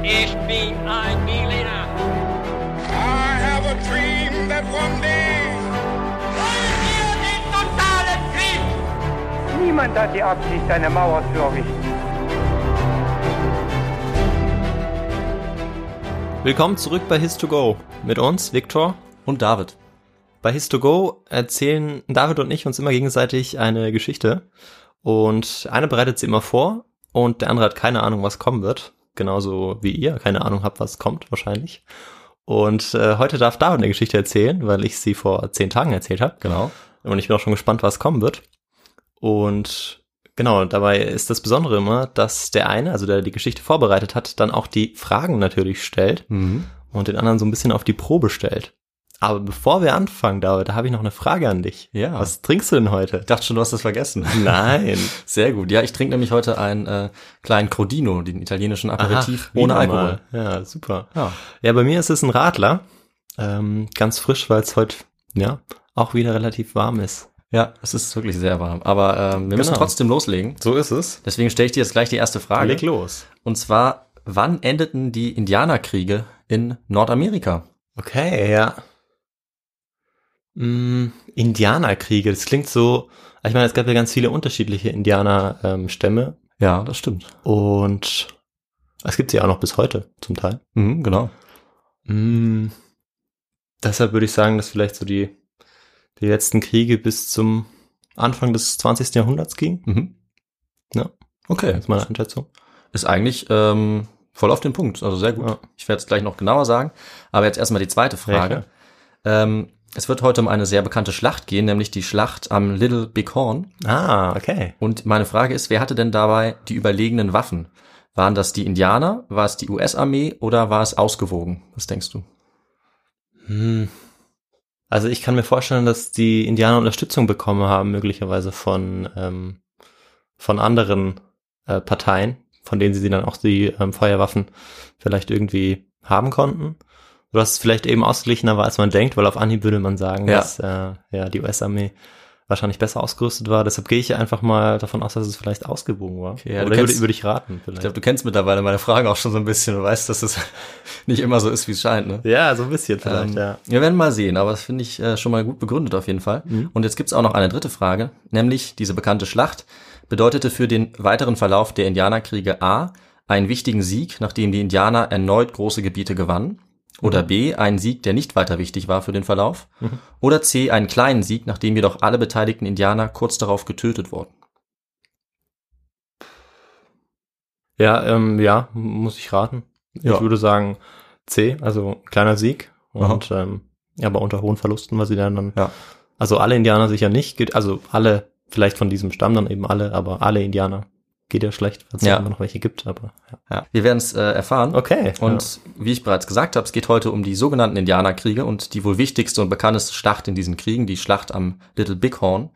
Ich bin ein Berliner. I have a dream that one day. Wollen wir den totalen Krieg? Niemand hat die Absicht, eine Mauer zu errichten. Willkommen zurück bei His2Go. Mit uns, Viktor und David. Bei His2Go erzählen David und ich uns immer gegenseitig eine Geschichte. Und einer bereitet sie immer vor und der andere hat keine Ahnung, was kommen wird. Genauso wie ihr keine Ahnung habt, was kommt wahrscheinlich. Und heute darf David eine Geschichte erzählen, weil ich sie vor 10 Tagen erzählt habe. Genau. Und ich bin auch schon gespannt, was kommen wird. Und genau, dabei ist das Besondere immer, dass der eine, also der die Geschichte vorbereitet hat, dann auch die Fragen natürlich stellt und den anderen so ein bisschen auf die Probe stellt. Aber bevor wir anfangen, David, da habe ich noch eine Frage an dich. Ja. Was trinkst du denn heute? Ich dachte schon, du hast das vergessen. Nein. Sehr gut. Ja, ich trinke nämlich heute einen kleinen Crodino, den italienischen Aperitif ohne Alkohol. Ja, super. Ja, bei mir ist es ein Radler. Ganz frisch, weil es heute auch wieder relativ warm ist. Ja, es ist wirklich sehr warm. Aber wir müssen trotzdem loslegen. So ist es. Deswegen stelle ich dir jetzt gleich die erste Frage. Leg los. Und zwar, wann endeten die Indianerkriege in Nordamerika? Okay, ja. Indianerkriege, das klingt so, ich meine, es gab ja ganz viele unterschiedliche Indianerstämme. Ja, das stimmt. Und es gibt sie auch noch bis heute, zum Teil. Genau. Deshalb würde ich sagen, dass vielleicht so die letzten Kriege bis zum Anfang des 20. Jahrhunderts gingen. Ja. Okay. Das ist meine Einschätzung. Ist eigentlich voll auf den Punkt, also sehr gut. Ja. Ich werde es gleich noch genauer sagen. Aber jetzt erstmal die zweite Frage. Ja, es wird heute um eine sehr bekannte Schlacht gehen, nämlich die Schlacht am Little Big Horn. Ah, okay. Und meine Frage ist, wer hatte denn dabei die überlegenen Waffen? Waren das die Indianer, war es die US-Armee oder war es ausgewogen? Was denkst du? Also ich kann mir vorstellen, dass die Indianer Unterstützung bekommen haben, möglicherweise von anderen Parteien, von denen sie dann auch die Feuerwaffen vielleicht irgendwie haben konnten. Oder dass es vielleicht eben ausgeglichener war, als man denkt, weil auf Anhieb würde man sagen, dass die US-Armee wahrscheinlich besser ausgerüstet war. Deshalb gehe ich einfach mal davon aus, dass es vielleicht ausgewogen war. Okay, ja, oder würde ich raten vielleicht. Ich glaube, du kennst mittlerweile meine Fragen auch schon so ein bisschen. Du weißt, dass es nicht immer so ist, wie es scheint, ne? Ja, so ein bisschen vielleicht, ja. Wir werden mal sehen, aber das finde ich schon mal gut begründet auf jeden Fall. Und jetzt gibt's auch noch eine dritte Frage, nämlich diese bekannte Schlacht bedeutete für den weiteren Verlauf der Indianerkriege A, einen wichtigen Sieg, nachdem die Indianer erneut große Gebiete gewannen. Oder B, einen Sieg, der nicht weiter wichtig war für den Verlauf. Oder C, einen kleinen Sieg, nachdem jedoch alle beteiligten Indianer kurz darauf getötet wurden. Ja, muss ich raten. Ja. Ich würde sagen C, also kleiner Sieg. Und aber unter hohen Verlusten, weil sie dann also alle Indianer sicher nicht, also alle vielleicht von diesem Stamm dann eben alle, aber alle Indianer geht ja schlecht, weil es ja immer noch welche gibt, aber ja. Wir werden es erfahren. Okay. Und wie ich bereits gesagt habe, es geht heute um die sogenannten Indianerkriege und die wohl wichtigste und bekannteste Schlacht in diesen Kriegen, die Schlacht am Little Big Horn.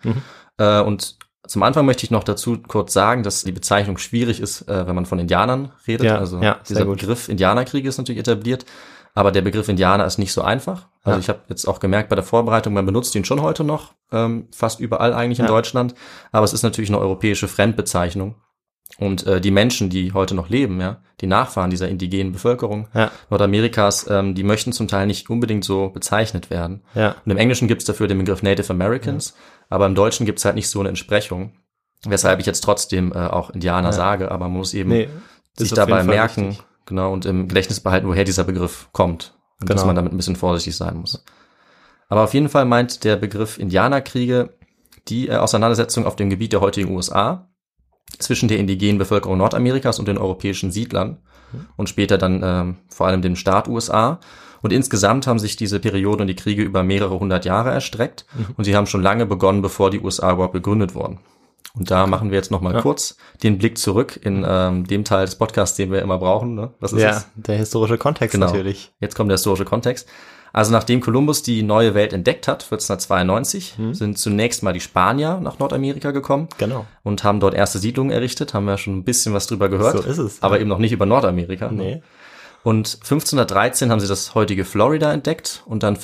Und zum Anfang möchte ich noch dazu kurz sagen, dass die Bezeichnung schwierig ist, wenn man von Indianern redet. Dieser Begriff Indianerkriege ist natürlich etabliert, aber der Begriff Indianer ist nicht so einfach. Also ich habe jetzt auch gemerkt bei der Vorbereitung, man benutzt ihn schon heute noch, fast überall eigentlich in Deutschland, aber es ist natürlich eine europäische Fremdbezeichnung. Und die Menschen, die heute noch leben, die Nachfahren dieser indigenen Bevölkerung Nordamerikas, die möchten zum Teil nicht unbedingt so bezeichnet werden. Ja. Und im Englischen gibt's dafür den Begriff Native Americans, aber im Deutschen gibt's halt nicht so eine Entsprechung, weshalb ich jetzt trotzdem auch Indianer sage, aber man muss eben sich dabei merken, und im Gedächtnis behalten, woher dieser Begriff kommt und dass man damit ein bisschen vorsichtig sein muss. Aber auf jeden Fall meint der Begriff Indianerkriege die Auseinandersetzung auf dem Gebiet der heutigen USA zwischen der indigenen Bevölkerung Nordamerikas und den europäischen Siedlern und später dann vor allem dem Staat USA. Und insgesamt haben sich diese Periode und die Kriege über mehrere 100 Jahre erstreckt und sie haben schon lange begonnen, bevor die USA überhaupt gegründet wurden. Und da machen wir jetzt nochmal kurz den Blick zurück in dem Teil des Podcasts, den wir immer brauchen. Ne? Was ist das? Der historische Kontext natürlich. Jetzt kommt der historische Kontext. Also nachdem Kolumbus die neue Welt entdeckt hat, 1492, sind zunächst mal die Spanier nach Nordamerika gekommen und haben dort erste Siedlungen errichtet. Haben wir schon ein bisschen was drüber gehört. So ist es. Aber eben noch nicht über Nordamerika. Nee. Und 1513 haben sie das heutige Florida entdeckt und dann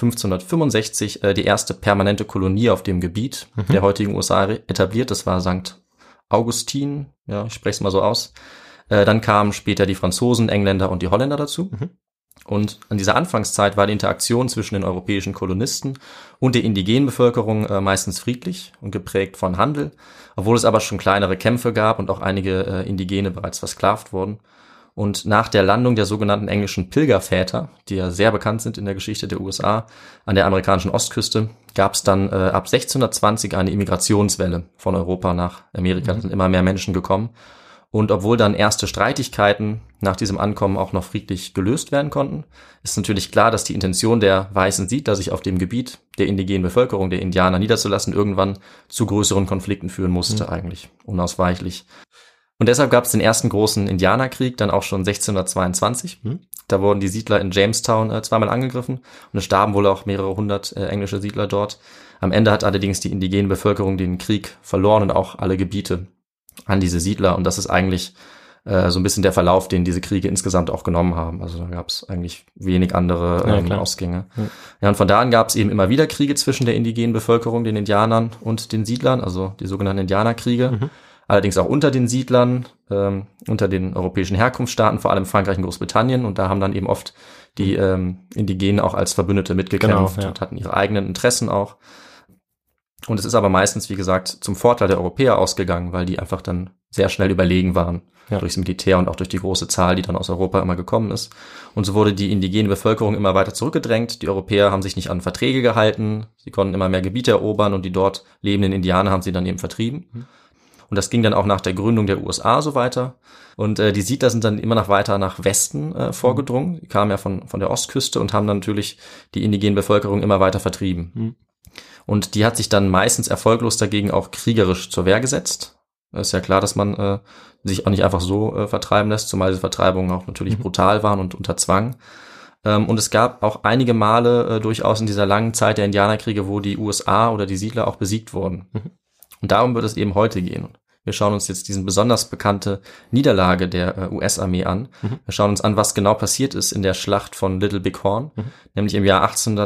1565 die erste permanente Kolonie auf dem Gebiet der heutigen USA etabliert. Das war St. Augustin, ich spreche es mal so aus. Dann kamen später die Franzosen, Engländer und die Holländer dazu. Und an dieser Anfangszeit war die Interaktion zwischen den europäischen Kolonisten und der indigenen Bevölkerung meistens friedlich und geprägt von Handel, obwohl es aber schon kleinere Kämpfe gab und auch einige Indigene bereits versklavt wurden. Und nach der Landung der sogenannten englischen Pilgerväter, die ja sehr bekannt sind in der Geschichte der USA, an der amerikanischen Ostküste, gab es dann ab 1620 eine Immigrationswelle von Europa nach Amerika. Da sind immer mehr Menschen gekommen. Und obwohl dann erste Streitigkeiten nach diesem Ankommen auch noch friedlich gelöst werden konnten, ist natürlich klar, dass die Intention der weißen Siedler, sich auf dem Gebiet der indigenen Bevölkerung, der Indianer niederzulassen, irgendwann zu größeren Konflikten führen musste, eigentlich unausweichlich. Und deshalb gab es den ersten großen Indianerkrieg, dann auch schon 1622. Da wurden die Siedler in Jamestown zweimal angegriffen und es starben wohl auch mehrere hundert englische Siedler dort. Am Ende hat allerdings die indigene Bevölkerung den Krieg verloren und auch alle Gebiete an diese Siedler. Und das ist eigentlich so ein bisschen der Verlauf, den diese Kriege insgesamt auch genommen haben. Also da gab es eigentlich wenig andere Ausgänge. Ja, und von da an gab es eben immer wieder Kriege zwischen der indigenen Bevölkerung, den Indianern und den Siedlern, also die sogenannten Indianerkriege. Allerdings auch unter den Siedlern, unter den europäischen Herkunftsstaaten, vor allem Frankreich und Großbritannien. Und da haben dann eben oft die Indigenen auch als Verbündete mitgekämpft und hatten ihre eigenen Interessen auch. Und es ist aber meistens, wie gesagt, zum Vorteil der Europäer ausgegangen, weil die einfach dann sehr schnell überlegen waren durchs Militär und auch durch die große Zahl, die dann aus Europa immer gekommen ist. Und so wurde die indigene Bevölkerung immer weiter zurückgedrängt. Die Europäer haben sich nicht an Verträge gehalten. Sie konnten immer mehr Gebiete erobern und die dort lebenden Indianer haben sie dann eben vertrieben. Und das ging dann auch nach der Gründung der USA so weiter. Und die Siedler sind dann immer noch weiter nach Westen vorgedrungen. Die kamen ja von der Ostküste und haben dann natürlich die indigene Bevölkerung immer weiter vertrieben. Und die hat sich dann meistens erfolglos dagegen auch kriegerisch zur Wehr gesetzt. Es ist ja klar, dass man sich auch nicht einfach so vertreiben lässt, zumal diese Vertreibungen auch natürlich brutal waren und unter Zwang. Und es gab auch einige Male durchaus in dieser langen Zeit der Indianerkriege, wo die USA oder die Siedler auch besiegt wurden. Und darum wird es eben heute gehen. Wir schauen uns jetzt diesen besonders bekannte Niederlage der US-Armee an. Wir schauen uns an, was genau passiert ist in der Schlacht von Little Big Horn, nämlich im Jahr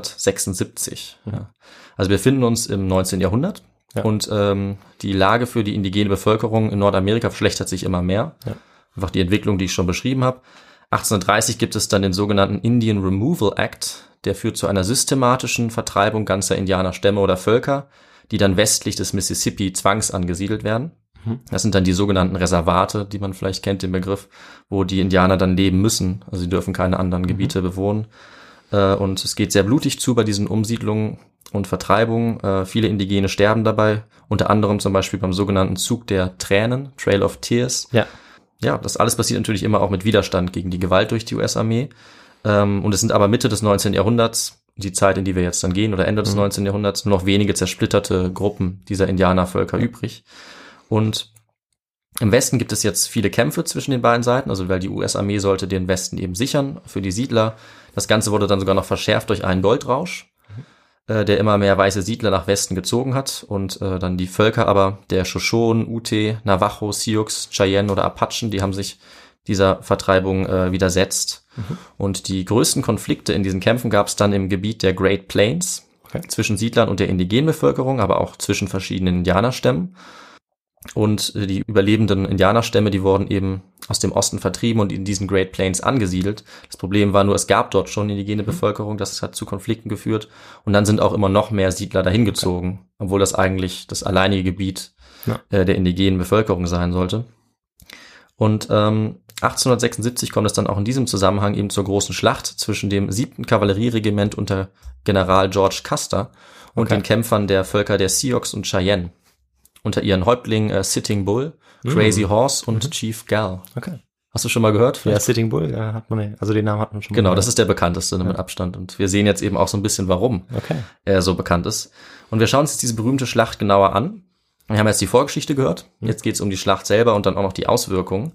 1876. Ja. Also wir befinden uns im 19. Jahrhundert und die Lage für die indigene Bevölkerung in Nordamerika verschlechtert sich immer mehr. Einfach die Entwicklung, die ich schon beschrieben habe. 1830 gibt es dann den sogenannten Indian Removal Act, der führt zu einer systematischen Vertreibung ganzer Indianerstämme oder Völker, die dann westlich des Mississippi zwangsangesiedelt werden. Das sind dann die sogenannten Reservate, die man vielleicht kennt, den Begriff, wo die Indianer dann leben müssen. Also sie dürfen keine anderen Gebiete bewohnen. Und es geht sehr blutig zu bei diesen Umsiedlungen und Vertreibungen. Viele Indigene sterben dabei, unter anderem zum Beispiel beim sogenannten Zug der Tränen, Trail of Tears. Ja, das alles passiert natürlich immer auch mit Widerstand gegen die Gewalt durch die US-Armee. Und es sind aber Mitte des 19. Jahrhunderts, die Zeit, in die wir jetzt dann gehen, oder Ende des 19. Jahrhunderts, nur noch wenige zersplitterte Gruppen dieser Indianervölker übrig. Und im Westen gibt es jetzt viele Kämpfe zwischen den beiden Seiten, also weil die US-Armee sollte den Westen eben sichern für die Siedler. Das Ganze wurde dann sogar noch verschärft durch einen Goldrausch, der immer mehr weiße Siedler nach Westen gezogen hat und dann die Völker aber der Shoshone, Ute, Navajo, Sioux, Cheyenne oder Apachen, die haben sich dieser Vertreibung widersetzt. Und die größten Konflikte in diesen Kämpfen gab es dann im Gebiet der Great Plains zwischen Siedlern und der indigenen Bevölkerung, aber auch zwischen verschiedenen Indianerstämmen. Und die überlebenden Indianerstämme, die wurden eben aus dem Osten vertrieben und in diesen Great Plains angesiedelt. Das Problem war nur, es gab dort schon indigene Bevölkerung, das hat zu Konflikten geführt. Und dann sind auch immer noch mehr Siedler dahin gezogen, obwohl das eigentlich das alleinige Gebiet der indigenen Bevölkerung sein sollte. Und 1876 kommt es dann auch in diesem Zusammenhang eben zur großen Schlacht zwischen dem 7. Kavallerieregiment unter General George Custer und den Kämpfern der Völker der Sioux und Cheyenne. Unter ihren Häuptlingen Sitting Bull, Crazy Horse und Chief Gal. Hast du schon mal gehört? Ja, Sitting Bull, hat man, also den Namen hat man schon mal Genau, gehört. das ist der bekannteste mit Abstand. Und wir sehen jetzt eben auch so ein bisschen, warum er so bekannt ist. Und wir schauen uns jetzt diese berühmte Schlacht genauer an. Wir haben jetzt die Vorgeschichte gehört. Jetzt geht es um die Schlacht selber und dann auch noch die Auswirkungen.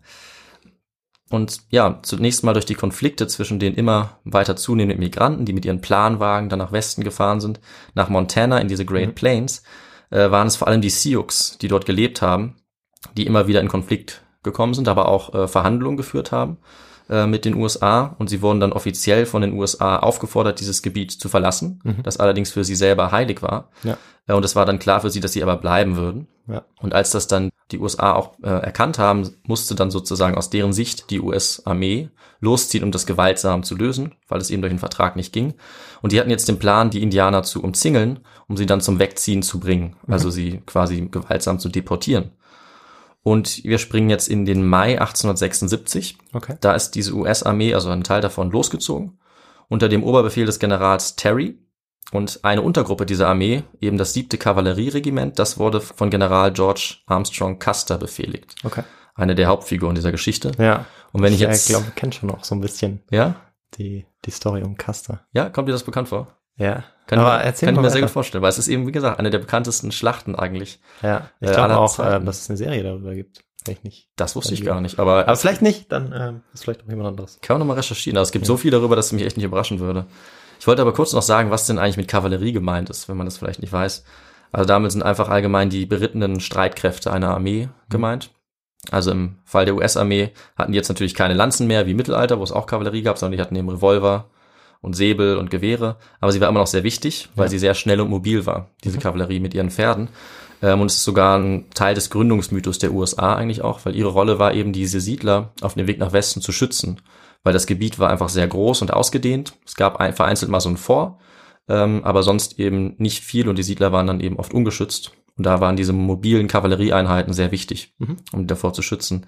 Und ja, zunächst mal durch die Konflikte zwischen den immer weiter zunehmenden Migranten, die mit ihren Planwagen dann nach Westen gefahren sind, nach Montana in diese Great Plains, waren es vor allem die Sioux, die dort gelebt haben, die immer wieder in Konflikt gekommen sind, aber auch Verhandlungen geführt haben mit den USA und sie wurden dann offiziell von den USA aufgefordert, dieses Gebiet zu verlassen, das allerdings für sie selber heilig war. Ja. Und es war dann klar für sie, dass sie aber bleiben würden. Ja. Und als das dann die USA auch erkannt haben, musste dann sozusagen aus deren Sicht die US-Armee losziehen, um das gewaltsam zu lösen, weil es eben durch den Vertrag nicht ging. Und die hatten jetzt den Plan, die Indianer zu umzingeln, um sie dann zum Wegziehen zu bringen, also sie quasi gewaltsam zu deportieren. Und wir springen jetzt in den Mai 1876. Okay. Da ist diese US-Armee, also ein Teil davon, losgezogen, unter dem Oberbefehl des Generals Terry. Und eine Untergruppe dieser Armee, eben das 7. Kavallerieregiment, das wurde von General George Armstrong Custer befehligt. Okay. Eine der Hauptfiguren dieser Geschichte. Ja. Und wenn ich jetzt... Ich glaube, ich kenne schon noch so ein bisschen Ja? die Story um Custer. Ja, kommt dir das bekannt vor? Ja. Kann ich mir mal sehr gut weiter. vorstellen, weil es ist eben, wie gesagt, eine der bekanntesten Schlachten eigentlich. Ja, ich aller glaube auch, Zeiten. dass es eine Serie darüber gibt. Vielleicht nicht. Das wusste ich Ja. gar nicht, aber Aber vielleicht nicht, dann ist vielleicht noch jemand anderes. kann man nochmal recherchieren. Also es gibt so viel darüber, dass es mich echt nicht überraschen würde. Ich wollte aber kurz noch sagen, was denn eigentlich mit Kavallerie gemeint ist, wenn man das vielleicht nicht weiß. Also damit sind einfach allgemein die berittenen Streitkräfte einer Armee gemeint. Also im Fall der US-Armee hatten die jetzt natürlich keine Lanzen mehr wie im Mittelalter, wo es auch Kavallerie gab, sondern die hatten eben Revolver und Säbel und Gewehre. Aber sie war immer noch sehr wichtig, weil sie sehr schnell und mobil war, diese Kavallerie mit ihren Pferden. Und es ist sogar ein Teil des Gründungsmythos der USA eigentlich auch, weil ihre Rolle war eben, diese Siedler auf dem Weg nach Westen zu schützen. Weil das Gebiet war einfach sehr groß und ausgedehnt. Es gab vereinzelt mal so ein Fort, aber sonst eben nicht viel und die Siedler waren dann eben oft ungeschützt. Und da waren diese mobilen Kavallerieeinheiten sehr wichtig, um davor zu schützen.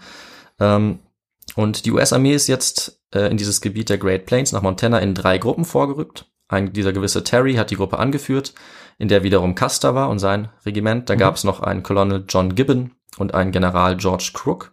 Und die US-Armee ist jetzt in dieses Gebiet der Great Plains nach Montana in 3 Gruppen vorgerückt. Dieser gewisse Terry hat die Gruppe angeführt, in der wiederum Custer war und sein Regiment. Da gab es noch einen Colonel John Gibbon und einen General George Crook.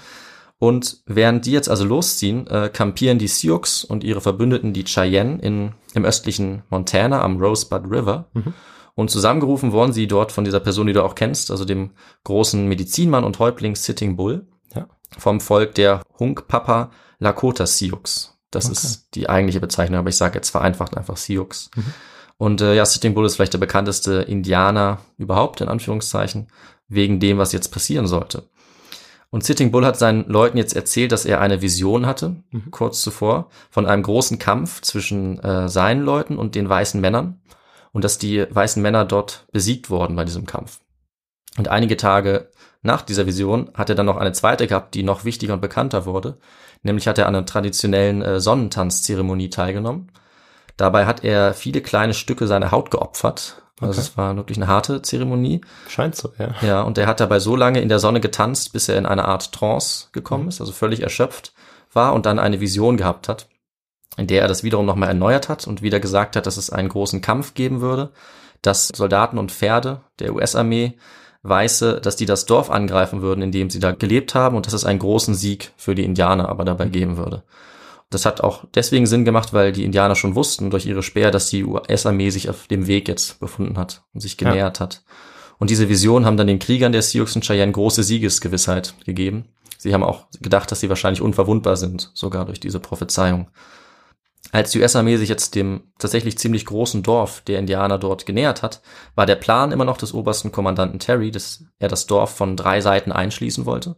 Und während die jetzt also losziehen, kampieren die Sioux und ihre Verbündeten, die Cheyenne, im östlichen Montana am Rosebud River. Und zusammengerufen wurden sie dort von dieser Person, die du auch kennst, also dem großen Medizinmann und Häuptling Sitting Bull, vom Volk der Hunkpapa Lakota Sioux. Das ist die eigentliche Bezeichnung, aber ich sage jetzt vereinfacht einfach Sioux. Und Sitting Bull ist vielleicht der bekannteste Indianer überhaupt, in Anführungszeichen, wegen dem, was jetzt passieren sollte. Und Sitting Bull hat seinen Leuten jetzt erzählt, dass er eine Vision hatte, kurz zuvor, von einem großen Kampf zwischen seinen Leuten und den weißen Männern und dass die weißen Männer dort besiegt wurden bei diesem Kampf. Und einige Tage nach dieser Vision hat er dann noch eine zweite gehabt, die noch wichtiger und bekannter wurde. Nämlich hat er an einer traditionellen Sonnentanzzeremonie teilgenommen. Dabei hat er viele kleine Stücke seiner Haut geopfert. Also es war wirklich eine harte Zeremonie. Scheint so, ja. Ja, und er hat dabei so lange in der Sonne getanzt, bis er in eine Art Trance gekommen ist, also völlig erschöpft war und dann eine Vision gehabt hat, in der er das wiederum nochmal erneuert hat und wieder gesagt hat, dass es einen großen Kampf geben würde, dass Soldaten und Pferde der US-Armee, Weiße, dass die das Dorf angreifen würden, in dem sie da gelebt haben und dass es einen großen Sieg für die Indianer aber dabei geben würde. Das hat auch deswegen Sinn gemacht, weil die Indianer schon wussten durch ihre Späher, dass die US-Armee sich auf dem Weg jetzt befunden hat und sich genähert hat. Und diese Visionen haben dann den Kriegern der Sioux und Cheyenne große Siegesgewissheit gegeben. Sie haben auch gedacht, dass sie wahrscheinlich unverwundbar sind, sogar durch diese Prophezeiung. Als die US-Armee sich jetzt dem tatsächlich ziemlich großen Dorf der Indianer dort genähert hat, war der Plan immer noch des obersten Kommandanten Terry, dass er das Dorf von 3 Seiten einschließen wollte.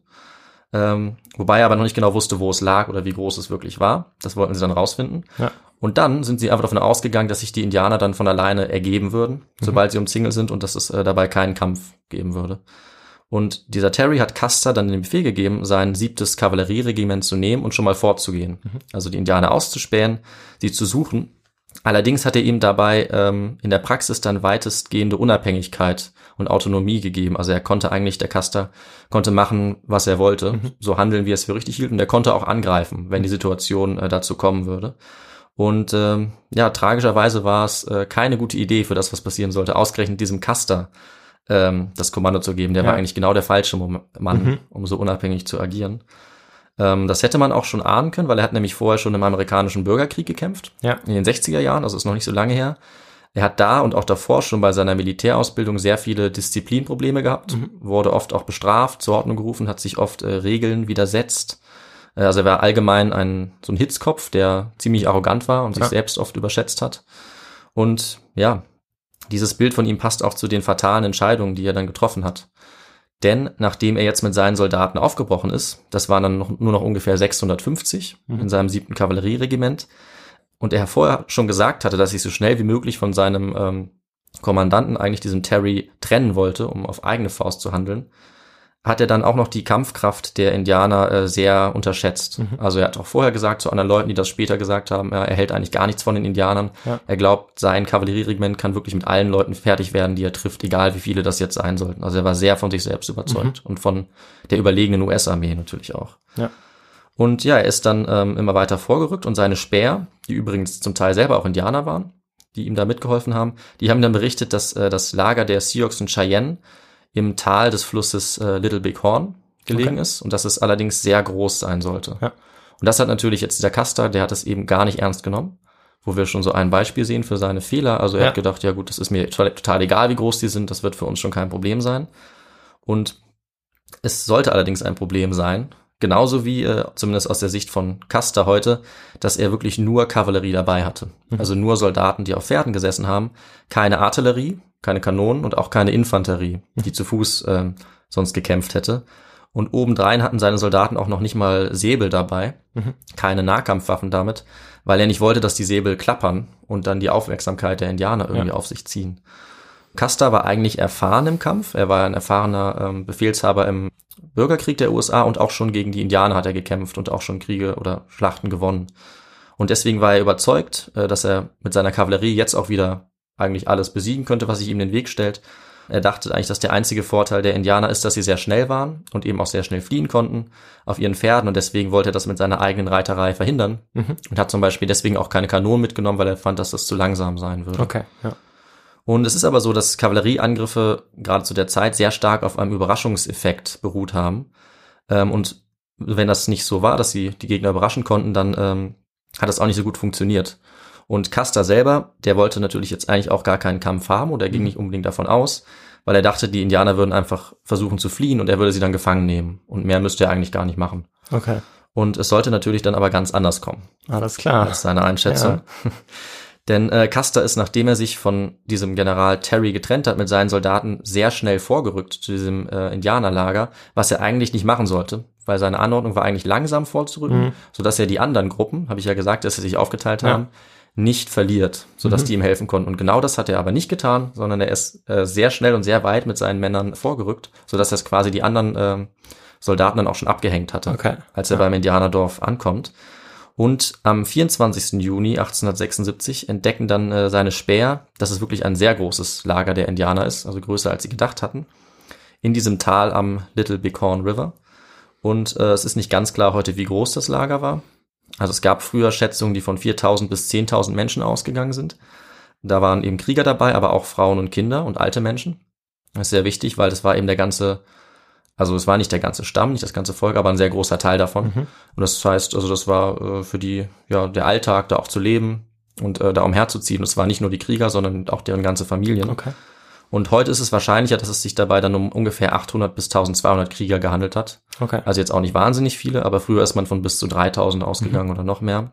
Wobei er aber noch nicht genau wusste, wo es lag oder wie groß es wirklich war. Das wollten sie dann rausfinden. Ja. Und dann sind sie einfach davon ausgegangen, dass sich die Indianer dann von alleine ergeben würden, sobald sie umzingelt sind und dass es dabei keinen Kampf geben würde. Und dieser Terry hat Custer dann den Befehl gegeben, sein 7. Kavallerieregiment zu nehmen und schon mal fortzugehen. Also die Indianer auszuspähen, sie zu suchen. Allerdings hat er ihm dabei in der Praxis dann weitestgehende Unabhängigkeit und Autonomie gegeben. Also er konnte eigentlich, der Custer konnte machen, was er wollte, so handeln, wie er es für richtig hielt. Und er konnte auch angreifen, wenn die Situation dazu kommen würde. Und tragischerweise war es keine gute Idee für das, was passieren sollte, ausgerechnet diesem Custer das Kommando zu geben. Der war eigentlich genau der falsche Mann, um so unabhängig zu agieren. Das hätte man auch schon ahnen können, weil er hat nämlich vorher schon im amerikanischen Bürgerkrieg gekämpft, in den 60er Jahren, also ist noch nicht so lange her. Er hat da und auch davor schon bei seiner Militärausbildung sehr viele Disziplinprobleme gehabt, wurde oft auch bestraft, zur Ordnung gerufen, hat sich oft Regeln widersetzt. Also er war allgemein so ein Hitzkopf, der ziemlich arrogant war und sich selbst oft überschätzt hat. Und ja, dieses Bild von ihm passt auch zu den fatalen Entscheidungen, die er dann getroffen hat. Denn nachdem er jetzt mit seinen Soldaten aufgebrochen ist, das waren dann nur noch ungefähr 650 in seinem 7. Kavallerieregiment, und er vorher schon gesagt hatte, dass sich so schnell wie möglich von seinem Kommandanten, eigentlich diesem Terry, trennen wollte, um auf eigene Faust zu handeln, hat er dann auch noch die Kampfkraft der Indianer sehr unterschätzt. Also er hat auch vorher gesagt zu anderen Leuten, die das später gesagt haben, er hält eigentlich gar nichts von den Indianern. Ja. Er glaubt, sein Kavallerieregiment kann wirklich mit allen Leuten fertig werden, die er trifft, egal wie viele das jetzt sein sollten. Also er war sehr von sich selbst überzeugt und von der überlegenen US-Armee natürlich auch. Ja. Und ja, er ist dann immer weiter vorgerückt und seine Späher, die übrigens zum Teil selber auch Indianer waren, die ihm da mitgeholfen haben, die haben dann berichtet, dass das Lager der Sioux und Cheyenne im Tal des Flusses Little Big Horn gelegen ist und dass es allerdings sehr groß sein sollte. Ja. Und das hat natürlich jetzt dieser Custer, der hat es eben gar nicht ernst genommen, wo wir schon so ein Beispiel sehen für seine Fehler. Also er hat gedacht, ja gut, das ist mir total egal, wie groß die sind, das wird für uns schon kein Problem sein. Und es sollte allerdings ein Problem sein, genauso wie, zumindest aus der Sicht von Custer heute, dass er wirklich nur Kavallerie dabei hatte. Also nur Soldaten, die auf Pferden gesessen haben, keine Artillerie, keine Kanonen und auch keine Infanterie, die zu Fuß sonst gekämpft hätte. Und obendrein hatten seine Soldaten auch noch nicht mal Säbel dabei, keine Nahkampfwaffen damit, weil er nicht wollte, dass die Säbel klappern und dann die Aufmerksamkeit der Indianer irgendwie auf sich ziehen. Custer war eigentlich erfahren im Kampf, er war ein erfahrener Befehlshaber im Bürgerkrieg der USA und auch schon gegen die Indianer hat er gekämpft und auch schon Kriege oder Schlachten gewonnen. Und deswegen war er überzeugt, dass er mit seiner Kavallerie jetzt auch wieder eigentlich alles besiegen könnte, was sich ihm in den Weg stellt. Er dachte eigentlich, dass der einzige Vorteil der Indianer ist, dass sie sehr schnell waren und eben auch sehr schnell fliehen konnten auf ihren Pferden, und deswegen wollte er das mit seiner eigenen Reiterei verhindern und hat zum Beispiel deswegen auch keine Kanonen mitgenommen, weil er fand, dass das zu langsam sein würde. Okay, ja. Und es ist aber so, dass Kavallerieangriffe gerade zu der Zeit sehr stark auf einem Überraschungseffekt beruht haben. Und wenn das nicht so war, dass sie die Gegner überraschen konnten, dann hat das auch nicht so gut funktioniert. Und Custer selber, der wollte natürlich jetzt eigentlich auch gar keinen Kampf haben oder ging nicht unbedingt davon aus, weil er dachte, die Indianer würden einfach versuchen zu fliehen und er würde sie dann gefangen nehmen. Und mehr müsste er eigentlich gar nicht machen. Okay. Und es sollte natürlich dann aber ganz anders kommen. Alles klar. Das ist seine Einschätzung. Ja. Denn Custer ist, nachdem er sich von diesem General Terry getrennt hat, mit seinen Soldaten sehr schnell vorgerückt zu diesem Indianerlager, was er eigentlich nicht machen sollte, weil seine Anordnung war eigentlich langsam vorzurücken, sodass er die anderen Gruppen, habe ich ja gesagt, dass sie sich aufgeteilt haben, nicht verliert, sodass die ihm helfen konnten. Und genau das hat er aber nicht getan, sondern er ist sehr schnell und sehr weit mit seinen Männern vorgerückt, sodass er quasi die anderen Soldaten dann auch schon abgehängt hatte, als er beim Indianerdorf ankommt. Und am 24. Juni 1876 entdecken dann seine Späher, dass es wirklich ein sehr großes Lager der Indianer ist, also größer als sie gedacht hatten, in diesem Tal am Little Big Horn River. Und es ist nicht ganz klar heute, wie groß das Lager war. Also es gab früher Schätzungen, die von 4.000 bis 10.000 Menschen ausgegangen sind. Da waren eben Krieger dabei, aber auch Frauen und Kinder und alte Menschen. Das ist sehr wichtig, weil das war eben also es war nicht der ganze Stamm, nicht das ganze Volk, aber ein sehr großer Teil davon. Und das heißt, also das war für die, der Alltag, da auch zu leben und da umherzuziehen. Das waren nicht nur die Krieger, sondern auch deren ganze Familien. Okay. Und heute ist es wahrscheinlicher, dass es sich dabei dann um ungefähr 800 bis 1200 Krieger gehandelt hat. Okay. Also jetzt auch nicht wahnsinnig viele, aber früher ist man von bis zu 3000 ausgegangen oder noch mehr.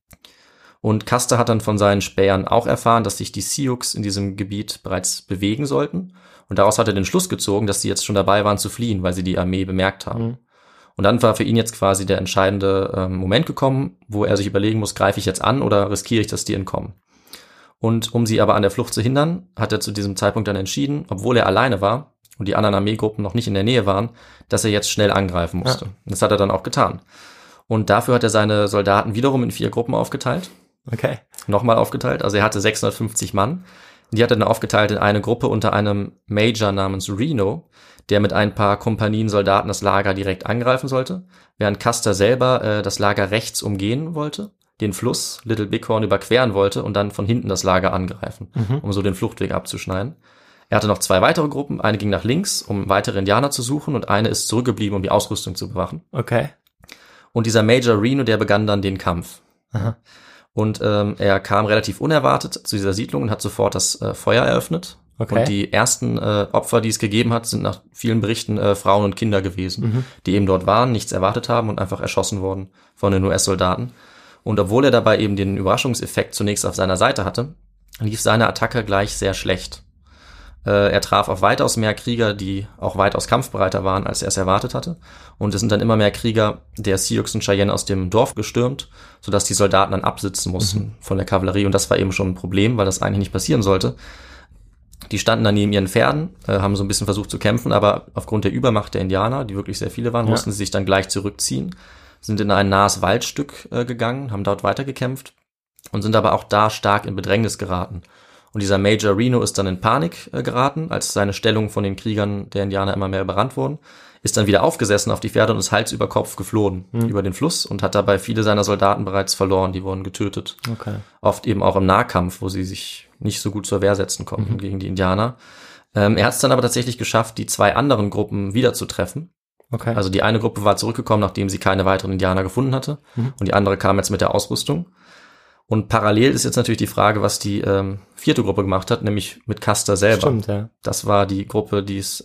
Und Custer hat dann von seinen Spähern auch erfahren, dass sich die Sioux in diesem Gebiet bereits bewegen sollten. Und daraus hat er den Schluss gezogen, dass sie jetzt schon dabei waren zu fliehen, weil sie die Armee bemerkt haben. Und dann war für ihn jetzt quasi der entscheidende Moment gekommen, wo er sich überlegen muss, greife ich jetzt an oder riskiere ich, dass die entkommen. Und um sie aber an der Flucht zu hindern, hat er zu diesem Zeitpunkt dann entschieden, obwohl er alleine war und die anderen Armeegruppen noch nicht in der Nähe waren, dass er jetzt schnell angreifen musste. Ja. Das hat er dann auch getan. Und dafür hat er seine Soldaten wiederum in 4 Gruppen aufgeteilt. Okay. Nochmal aufgeteilt. Also er hatte 650 Mann. Die hat er dann aufgeteilt in eine Gruppe unter einem Major namens Reno, der mit ein paar Kompanien Soldaten das Lager direkt angreifen sollte, während Custer selber das Lager rechts umgehen wollte, den Fluss Little Big Horn überqueren wollte und dann von hinten das Lager angreifen, um so den Fluchtweg abzuschneiden. Er hatte noch 2 weitere Gruppen, eine ging nach links, um weitere Indianer zu suchen, und eine ist zurückgeblieben, um die Ausrüstung zu bewachen. Okay. Und dieser Major Reno, der begann dann den Kampf. Aha. Und er kam relativ unerwartet zu dieser Siedlung und hat sofort das Feuer eröffnet. Okay. Und die ersten Opfer, die es gegeben hat, sind nach vielen Berichten Frauen und Kinder gewesen, die eben dort waren, nichts erwartet haben und einfach erschossen wurden von den US-Soldaten. Und obwohl er dabei eben den Überraschungseffekt zunächst auf seiner Seite hatte, lief seine Attacke gleich sehr schlecht. Er traf auf weitaus mehr Krieger, die auch weitaus kampfbereiter waren, als er es erwartet hatte. Und es sind dann immer mehr Krieger der Sioux und Cheyenne aus dem Dorf gestürmt, sodass die Soldaten dann absitzen mussten von der Kavallerie. Und das war eben schon ein Problem, weil das eigentlich nicht passieren sollte. Die standen dann neben ihren Pferden, haben so ein bisschen versucht zu kämpfen, aber aufgrund der Übermacht der Indianer, die wirklich sehr viele waren, mussten sie sich dann gleich zurückziehen, sind in ein nahes Waldstück gegangen, haben dort weitergekämpft und sind aber auch da stark in Bedrängnis geraten. Und dieser Major Reno ist dann in Panik geraten, als seine Stellung von den Kriegern der Indianer immer mehr überrannt wurden, ist dann wieder aufgesessen auf die Pferde und ist Hals über Kopf geflohen über den Fluss und hat dabei viele seiner Soldaten bereits verloren, die wurden getötet. Okay. Oft eben auch im Nahkampf, wo sie sich nicht so gut zur Wehr setzen konnten gegen die Indianer. Er hat es dann aber tatsächlich geschafft, die 2 anderen Gruppen wiederzutreffen. Okay. Also die eine Gruppe war zurückgekommen, nachdem sie keine weiteren Indianer gefunden hatte und die andere kam jetzt mit der Ausrüstung. Und parallel ist jetzt natürlich die Frage, was die 4. Gruppe gemacht hat, nämlich mit Custer selber. Stimmt, ja. Das war die Gruppe, die es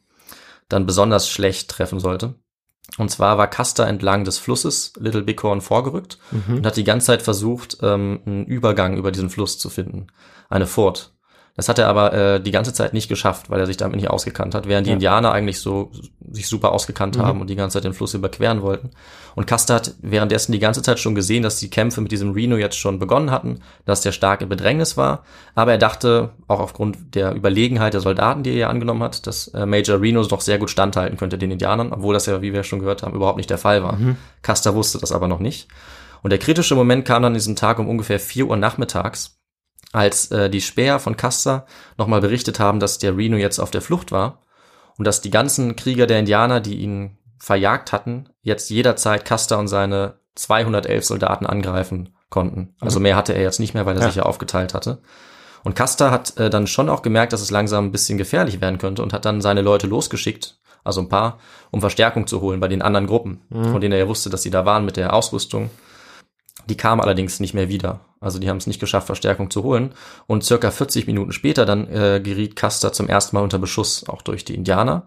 dann besonders schlecht treffen sollte. Und zwar war Custer entlang des Flusses Little Bighorn vorgerückt und hat die ganze Zeit versucht, einen Übergang über diesen Fluss zu finden, eine Ford. Das hat er aber die ganze Zeit nicht geschafft, weil er sich damit nicht ausgekannt hat, während die Indianer eigentlich so sich super ausgekannt haben und die ganze Zeit den Fluss überqueren wollten. Und Custer hat währenddessen die ganze Zeit schon gesehen, dass die Kämpfe mit diesem Reno jetzt schon begonnen hatten, dass der stark in Bedrängnis war. Aber er dachte, auch aufgrund der Überlegenheit der Soldaten, die er ja angenommen hat, dass Major Reno noch sehr gut standhalten könnte den Indianern, obwohl das ja, wie wir schon gehört haben, überhaupt nicht der Fall war. Custer wusste das aber noch nicht. Und der kritische Moment kam dann an diesem Tag um ungefähr 4 Uhr nachmittags, als die Späher von Custer nochmal berichtet haben, dass der Reno jetzt auf der Flucht war und dass die ganzen Krieger der Indianer, die ihn verjagt hatten, jetzt jederzeit Custer und seine 211 Soldaten angreifen konnten. Also mehr hatte er jetzt nicht mehr, weil er sich ja aufgeteilt hatte. Und Custer hat dann schon auch gemerkt, dass es langsam ein bisschen gefährlich werden könnte und hat dann seine Leute losgeschickt, also ein paar, um Verstärkung zu holen bei den anderen Gruppen, von denen er ja wusste, dass sie da waren mit der Ausrüstung. Die kamen allerdings nicht mehr wieder. Also die haben es nicht geschafft, Verstärkung zu holen. Und circa 40 Minuten später dann geriet Custer zum ersten Mal unter Beschuss, auch durch die Indianer.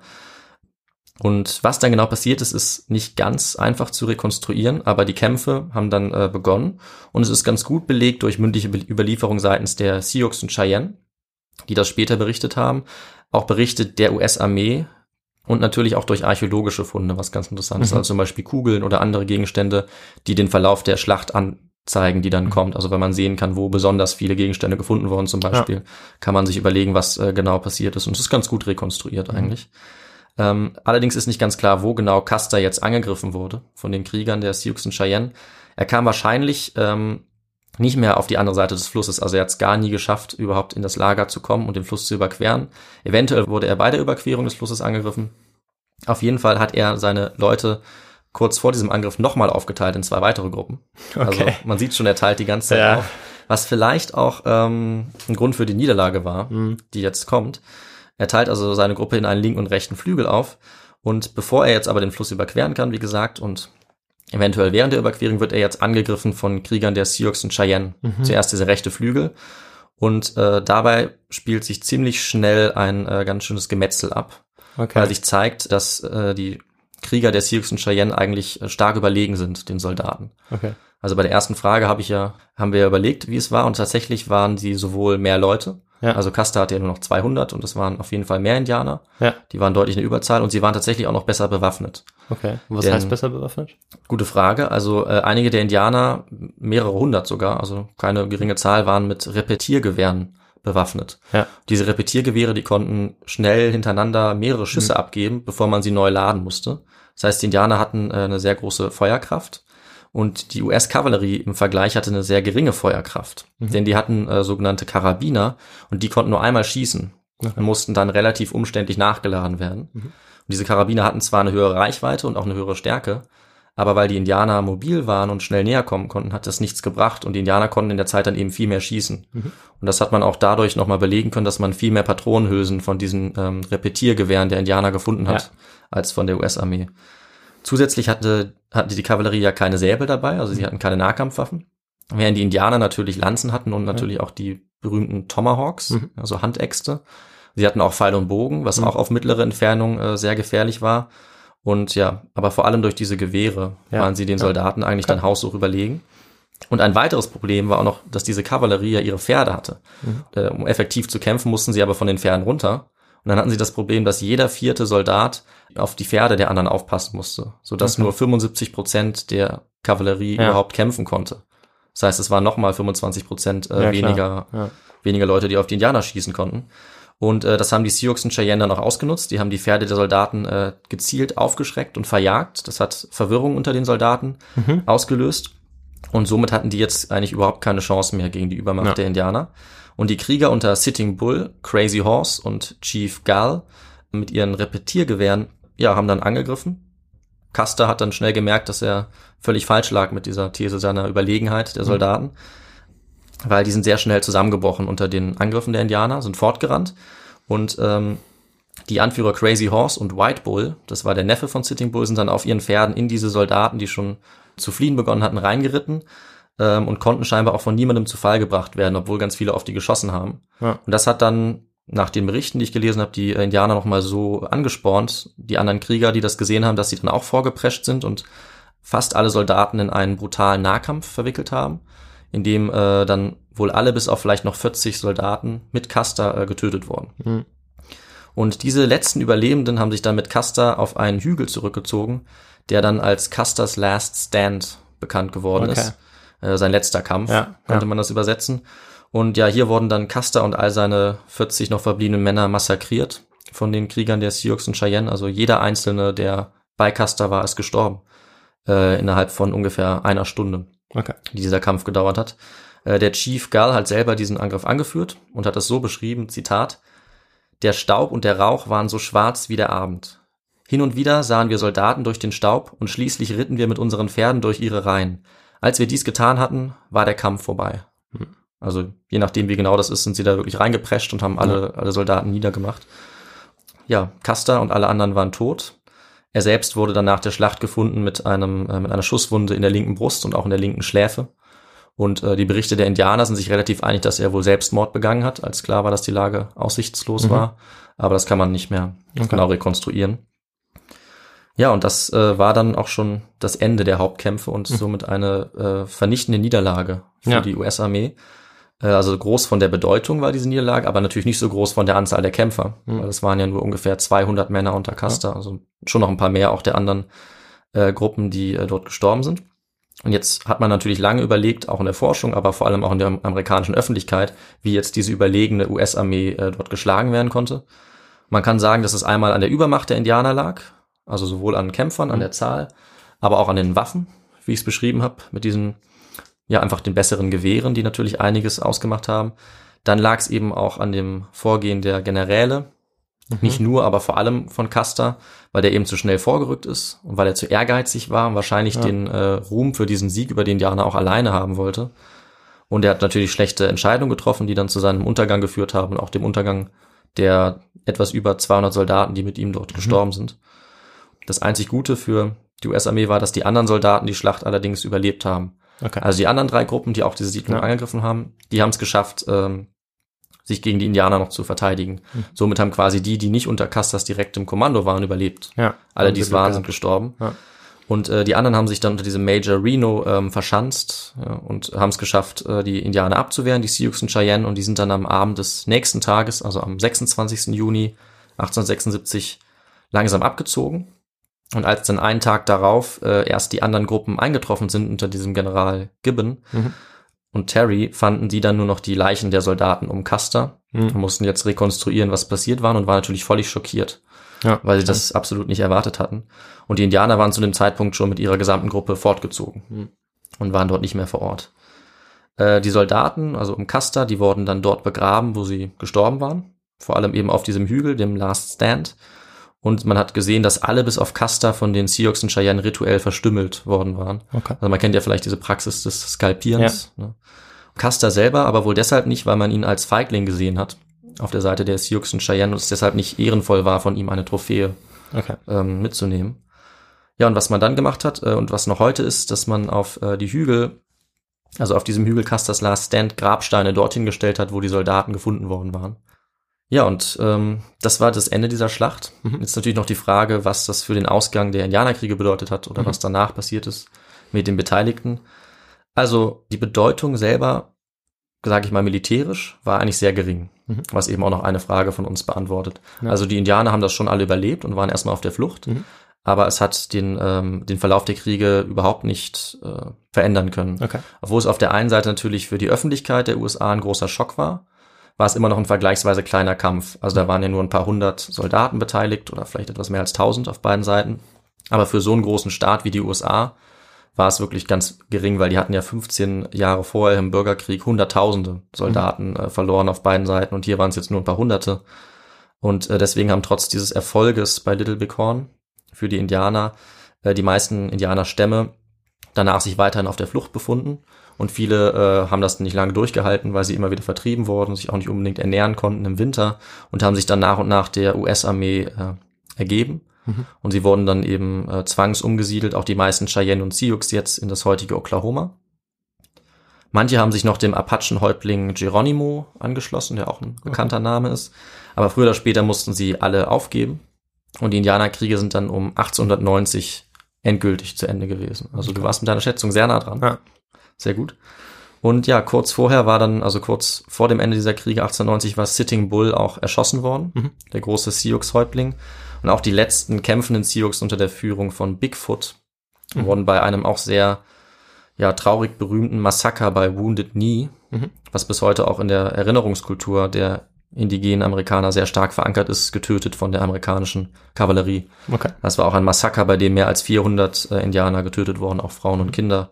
Und was dann genau passiert ist, ist nicht ganz einfach zu rekonstruieren, aber die Kämpfe haben dann begonnen. Und es ist ganz gut belegt durch mündliche Überlieferung seitens der Sioux und Cheyenne, die das später berichtet haben. Auch berichtet der US-Armee und natürlich auch durch archäologische Funde, was ganz interessant ist. Also zum Beispiel Kugeln oder andere Gegenstände, die den Verlauf der Schlacht anzeigen, die dann kommt. Also wenn man sehen kann, wo besonders viele Gegenstände gefunden wurden zum Beispiel, kann man sich überlegen, was genau passiert ist. Und es ist ganz gut rekonstruiert eigentlich. Allerdings ist nicht ganz klar, wo genau Custer jetzt angegriffen wurde von den Kriegern der Sioux und Cheyenne. Er kam wahrscheinlich nicht mehr auf die andere Seite des Flusses. Also er hat es gar nie geschafft, überhaupt in das Lager zu kommen und den Fluss zu überqueren. Eventuell wurde er bei der Überquerung des Flusses angegriffen. Auf jeden Fall hat er seine Leute kurz vor diesem Angriff nochmal aufgeteilt in 2 weitere Gruppen. Okay. Also man sieht schon, er teilt die ganze Zeit auf. Was vielleicht auch ein Grund für die Niederlage war, die jetzt kommt. Er teilt also seine Gruppe in einen linken und rechten Flügel auf. Und bevor er jetzt aber den Fluss überqueren kann, wie gesagt, und eventuell während der Überquerung wird er jetzt angegriffen von Kriegern der Sioux und Cheyenne. Zuerst dieser rechte Flügel. Und dabei spielt sich ziemlich schnell ein ganz schönes Gemetzel ab. Weil sich zeigt, dass die Krieger der Sioux und Cheyenne eigentlich stark überlegen sind den Soldaten. Also bei der ersten Frage haben wir überlegt, wie es war. Und tatsächlich waren sie sowohl mehr Leute. Also Custer hatte ja nur noch 200 und es waren auf jeden Fall mehr Indianer. Die waren deutlich eine Überzahl und sie waren tatsächlich auch noch besser bewaffnet. Okay, was heißt besser bewaffnet? Gute Frage. Also einige der Indianer, mehrere hundert sogar, also keine geringe Zahl, waren mit Repetiergewehren bewaffnet. Diese Repetiergewehre, die konnten schnell hintereinander mehrere Schüsse abgeben, bevor man sie neu laden musste. Das heißt, die Indianer hatten eine sehr große Feuerkraft. Und die US-Kavallerie im Vergleich hatte eine sehr geringe Feuerkraft. Denn die hatten sogenannte Karabiner und die konnten nur einmal schießen und mussten dann relativ umständlich nachgeladen werden. Und diese Karabiner hatten zwar eine höhere Reichweite und auch eine höhere Stärke, aber weil die Indianer mobil waren und schnell näher kommen konnten, hat das nichts gebracht und die Indianer konnten in der Zeit dann eben viel mehr schießen. Und das hat man auch dadurch nochmal belegen können, dass man viel mehr Patronenhülsen von diesen Repetiergewehren der Indianer gefunden hat, als von der US-Armee. Zusätzlich hatte die Kavallerie ja keine Säbel dabei, also sie hatten keine Nahkampfwaffen, während die Indianer natürlich Lanzen hatten und natürlich auch die berühmten Tomahawks, also Handäxte. Sie hatten auch Pfeil und Bogen, was auch auf mittlere Entfernung sehr gefährlich war. Und ja, aber vor allem durch diese Gewehre waren sie den Soldaten eigentlich dann haushoch überlegen. Und ein weiteres Problem war auch noch, dass diese Kavallerie ja ihre Pferde hatte. Um effektiv zu kämpfen, mussten sie aber von den Pferden runter. Und dann hatten sie das Problem, dass jeder 4. Soldat auf die Pferde der anderen aufpassen musste, sodass nur 75% der Kavallerie überhaupt kämpfen konnte. Das heißt, es waren nochmal 25% weniger Leute, die auf die Indianer schießen konnten. Und das haben die Sioux und Cheyenne dann auch ausgenutzt. Die haben die Pferde der Soldaten gezielt aufgeschreckt und verjagt. Das hat Verwirrung unter den Soldaten ausgelöst. Und somit hatten die jetzt eigentlich überhaupt keine Chance mehr gegen die Übermacht der Indianer. Und die Krieger unter Sitting Bull, Crazy Horse und Chief Gull mit ihren Repetiergewehren, haben dann angegriffen. Custer hat dann schnell gemerkt, dass er völlig falsch lag mit dieser These seiner Überlegenheit der Soldaten, weil die sind sehr schnell zusammengebrochen unter den Angriffen der Indianer, sind fortgerannt. Und die Anführer Crazy Horse und White Bull, das war der Neffe von Sitting Bull, sind dann auf ihren Pferden in diese Soldaten, die schon zu fliehen begonnen hatten, reingeritten und konnten scheinbar auch von niemandem zu Fall gebracht werden, obwohl ganz viele auf die geschossen haben. Ja. Und das hat dann nach den Berichten, die ich gelesen habe, die Indianer noch mal so angespornt, die anderen Krieger, die das gesehen haben, dass sie dann auch vorgeprescht sind und fast alle Soldaten in einen brutalen Nahkampf verwickelt haben, in dem dann wohl alle bis auf vielleicht noch 40 Soldaten mit Custer getötet wurden. Und diese letzten Überlebenden haben sich dann mit Custer auf einen Hügel zurückgezogen, der dann als Custers Last Stand bekannt geworden ist. Sein letzter Kampf, könnte man das übersetzen. Und hier wurden dann Custer und all seine 40 noch verbliebenen Männer massakriert von den Kriegern der Sioux und Cheyenne. Also jeder Einzelne, der bei Custer war, ist gestorben. Innerhalb von ungefähr einer Stunde, die dieser Kampf gedauert hat. Der Chief Gull hat selber diesen Angriff angeführt und hat es so beschrieben, Zitat: Der Staub und der Rauch waren so schwarz wie der Abend. Hin und wieder sahen wir Soldaten durch den Staub und schließlich ritten wir mit unseren Pferden durch ihre Reihen. Als wir dies getan hatten, war der Kampf vorbei. Also je nachdem, wie genau das ist, sind sie da wirklich reingeprescht und haben alle Soldaten niedergemacht. Ja, Custer und alle anderen waren tot. Er selbst wurde dann nach der Schlacht gefunden mit einer Schusswunde in der linken Brust und auch in der linken Schläfe. Und die Berichte der Indianer sind sich relativ einig, dass er wohl Selbstmord begangen hat, als klar war, dass die Lage aussichtslos war. Aber das kann man nicht mehr genau rekonstruieren. Ja, und das war dann auch schon das Ende der Hauptkämpfe und somit eine vernichtende Niederlage für die US-Armee. Also groß von der Bedeutung war diese Niederlage, aber natürlich nicht so groß von der Anzahl der Kämpfer. Weil es waren ja nur ungefähr 200 Männer unter Custer, also schon noch ein paar mehr auch der anderen Gruppen, die dort gestorben sind. Und jetzt hat man natürlich lange überlegt, auch in der Forschung, aber vor allem auch in der amerikanischen Öffentlichkeit, wie jetzt diese überlegene US-Armee dort geschlagen werden konnte. Man kann sagen, dass es einmal an der Übermacht der Indianer lag, also sowohl an Kämpfern, an der Zahl, aber auch an den Waffen, wie ich es beschrieben habe, mit diesen, einfach den besseren Gewehren, die natürlich einiges ausgemacht haben. Dann lag es eben auch an dem Vorgehen der Generäle, nicht nur, aber vor allem von Custer, weil der eben zu schnell vorgerückt ist und weil er zu ehrgeizig war und wahrscheinlich den Ruhm für diesen Sieg über die Indianer auch alleine haben wollte. Und er hat natürlich schlechte Entscheidungen getroffen, die dann zu seinem Untergang geführt haben und auch dem Untergang der etwas über 200 Soldaten, die mit ihm dort gestorben sind. Das einzig Gute für die US-Armee war, dass die anderen Soldaten die Schlacht allerdings überlebt haben. Also die anderen 3 Gruppen, die auch diese Siedlung angegriffen haben, die haben es geschafft, sich gegen die Indianer noch zu verteidigen. Somit haben quasi die nicht unter Custers direktem Kommando waren, überlebt. Alle, die es waren, sind gestorben. Und die anderen haben sich dann unter diesem Major Reno verschanzt und haben es geschafft, die Indianer abzuwehren, die Sioux und Cheyenne. Und die sind dann am Abend des nächsten Tages, also am 26. Juni 1876, langsam abgezogen. Und als dann einen Tag darauf erst die anderen Gruppen eingetroffen sind unter diesem General Gibbon und Terry, fanden die dann nur noch die Leichen der Soldaten um Custer und mussten jetzt rekonstruieren, was passiert war, und waren natürlich völlig schockiert, weil sie das absolut nicht erwartet hatten. Und die Indianer waren zu dem Zeitpunkt schon mit ihrer gesamten Gruppe fortgezogen und waren dort nicht mehr vor Ort. Die Soldaten, also um Custer, die wurden dann dort begraben, wo sie gestorben waren, vor allem eben auf diesem Hügel, dem Last Stand. Und man hat gesehen, dass alle bis auf Custer von den Sioux und Cheyenne rituell verstümmelt worden waren. Also man kennt ja vielleicht diese Praxis des Skalpierens. Ne? Custer selber aber wohl deshalb nicht, weil man ihn als Feigling gesehen hat auf der Seite der Sioux und Cheyenne und es deshalb nicht ehrenvoll war, von ihm eine Trophäe mitzunehmen. Ja, und was man dann gemacht hat und was noch heute ist, dass man auf die Hügel, also auf diesem Hügel Custers Last Stand, Grabsteine dorthin gestellt hat, wo die Soldaten gefunden worden waren. Ja, und das war das Ende dieser Schlacht. Jetzt natürlich noch die Frage, was das für den Ausgang der Indianerkriege bedeutet hat oder was danach passiert ist mit den Beteiligten. Also die Bedeutung selber, sage ich mal militärisch, war eigentlich sehr gering, was eben auch noch eine Frage von uns beantwortet. Ja. Also die Indianer haben das schon alle überlebt und waren erstmal auf der Flucht, aber es hat den Verlauf der Kriege überhaupt nicht verändern können. Okay. Obwohl es auf der einen Seite natürlich für die Öffentlichkeit der USA ein großer Schock war es immer noch ein vergleichsweise kleiner Kampf. Also da waren ja nur ein paar hundert Soldaten beteiligt oder vielleicht etwas mehr als 1000 auf beiden Seiten. Aber für so einen großen Staat wie die USA war es wirklich ganz gering, weil die hatten ja 15 Jahre vorher im Bürgerkrieg Hunderttausende Soldaten verloren auf beiden Seiten und hier waren es jetzt nur ein paar Hunderte. Und deswegen haben trotz dieses Erfolges bei Little Big Horn für die Indianer die meisten Indianerstämme danach sich weiterhin auf der Flucht befunden. Und viele haben das nicht lange durchgehalten, weil sie immer wieder vertrieben wurden, sich auch nicht unbedingt ernähren konnten im Winter und haben sich dann nach und nach der US-Armee ergeben. Und sie wurden dann eben zwangsumgesiedelt, auch die meisten Cheyenne und Sioux jetzt in das heutige Oklahoma. Manche haben sich noch dem Apachen-Häuptling Geronimo angeschlossen, der auch ein bekannter Name ist. Aber früher oder später mussten sie alle aufgeben. Und die Indianerkriege sind dann um 1890 endgültig zu Ende gewesen. Also du warst mit deiner Schätzung sehr nah dran. Ja. Sehr gut. Und ja, kurz vor dem Ende dieser Kriege 1890 war Sitting Bull auch erschossen worden, der große Sioux-Häuptling. Und auch die letzten kämpfenden Sioux unter der Führung von Bigfoot wurden bei einem auch sehr traurig berühmten Massaker bei Wounded Knee, was bis heute auch in der Erinnerungskultur der indigenen Amerikaner sehr stark verankert ist, getötet von der amerikanischen Kavallerie. Okay. Das war auch ein Massaker, bei dem mehr als 400 Indianer getötet wurden, auch Frauen und Kinder.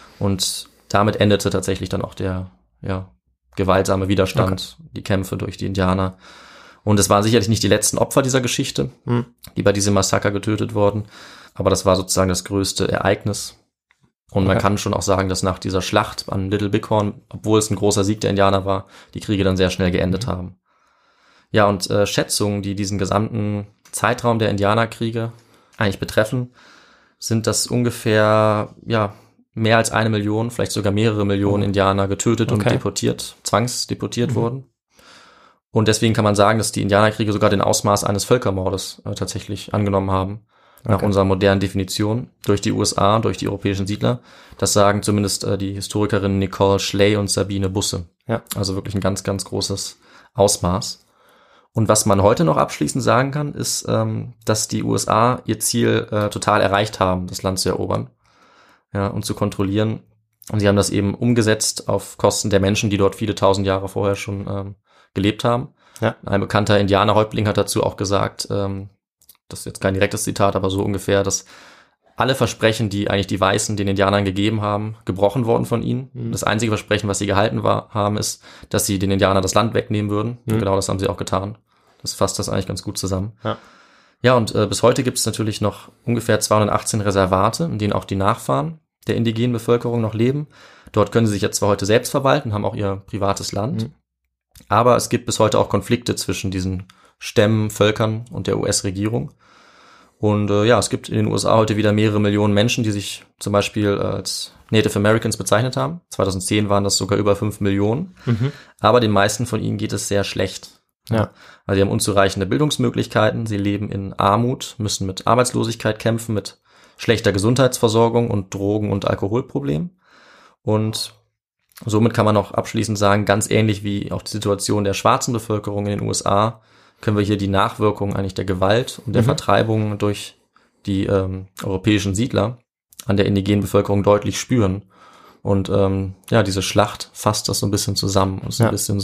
Und damit endete tatsächlich dann auch der gewaltsame Widerstand, die Kämpfe durch die Indianer. Und es waren sicherlich nicht die letzten Opfer dieser Geschichte, die bei diesem Massaker getötet wurden, aber das war sozusagen das größte Ereignis. Und man kann schon auch sagen, dass nach dieser Schlacht an Little Big Horn, obwohl es ein großer Sieg der Indianer war, die Kriege dann sehr schnell geendet haben. Ja, und Schätzungen, die diesen gesamten Zeitraum der Indianerkriege eigentlich betreffen, sind, dass ungefähr mehr als 1 Million, vielleicht sogar mehrere Millionen Indianer getötet und zwangsdeportiert wurden. Und deswegen kann man sagen, dass die Indianerkriege sogar den Ausmaß eines Völkermordes tatsächlich angenommen haben, nach unserer modernen Definition, durch die USA, durch die europäischen Siedler. Das sagen zumindest die Historikerinnen Nicole Schley und Sabine Busse. Ja. Also wirklich ein ganz, ganz großes Ausmaß. Und was man heute noch abschließend sagen kann, ist, dass die USA ihr Ziel total erreicht haben, das Land zu erobern, und zu kontrollieren. Und sie haben das eben umgesetzt auf Kosten der Menschen, die dort viele tausend Jahre vorher schon gelebt haben. Ja. Ein bekannter Indianerhäuptling hat dazu auch gesagt, das ist jetzt kein direktes Zitat, aber so ungefähr, dass alle Versprechen, die eigentlich die Weißen den Indianern gegeben haben, gebrochen worden von ihnen. Das einzige Versprechen, was sie gehalten haben, ist, dass sie den Indianern das Land wegnehmen würden. Und genau das haben sie auch getan. Das fasst das eigentlich ganz gut zusammen. Ja, und bis heute gibt es natürlich noch ungefähr 218 Reservate, in denen auch die Nachfahren der indigenen Bevölkerung noch leben. Dort können sie sich jetzt zwar heute selbst verwalten, haben auch ihr privates Land, aber es gibt bis heute auch Konflikte zwischen diesen Stämmen, Völkern und der US-Regierung. Und es gibt in den USA heute wieder mehrere Millionen Menschen, die sich zum Beispiel als Native Americans bezeichnet haben. 2010 waren das sogar über 5 Millionen. Aber den meisten von ihnen geht es sehr schlecht. Ja. Also sie haben unzureichende Bildungsmöglichkeiten, sie leben in Armut, müssen mit Arbeitslosigkeit kämpfen, mit schlechter Gesundheitsversorgung und Drogen- und Alkoholproblemen. Und somit kann man auch abschließend sagen, ganz ähnlich wie auch die Situation der schwarzen Bevölkerung in den USA, können wir hier die Nachwirkungen eigentlich der Gewalt und der Vertreibung durch die europäischen Siedler an der indigenen Bevölkerung deutlich spüren. Und diese Schlacht fasst das so ein bisschen zusammen und ist ein bisschen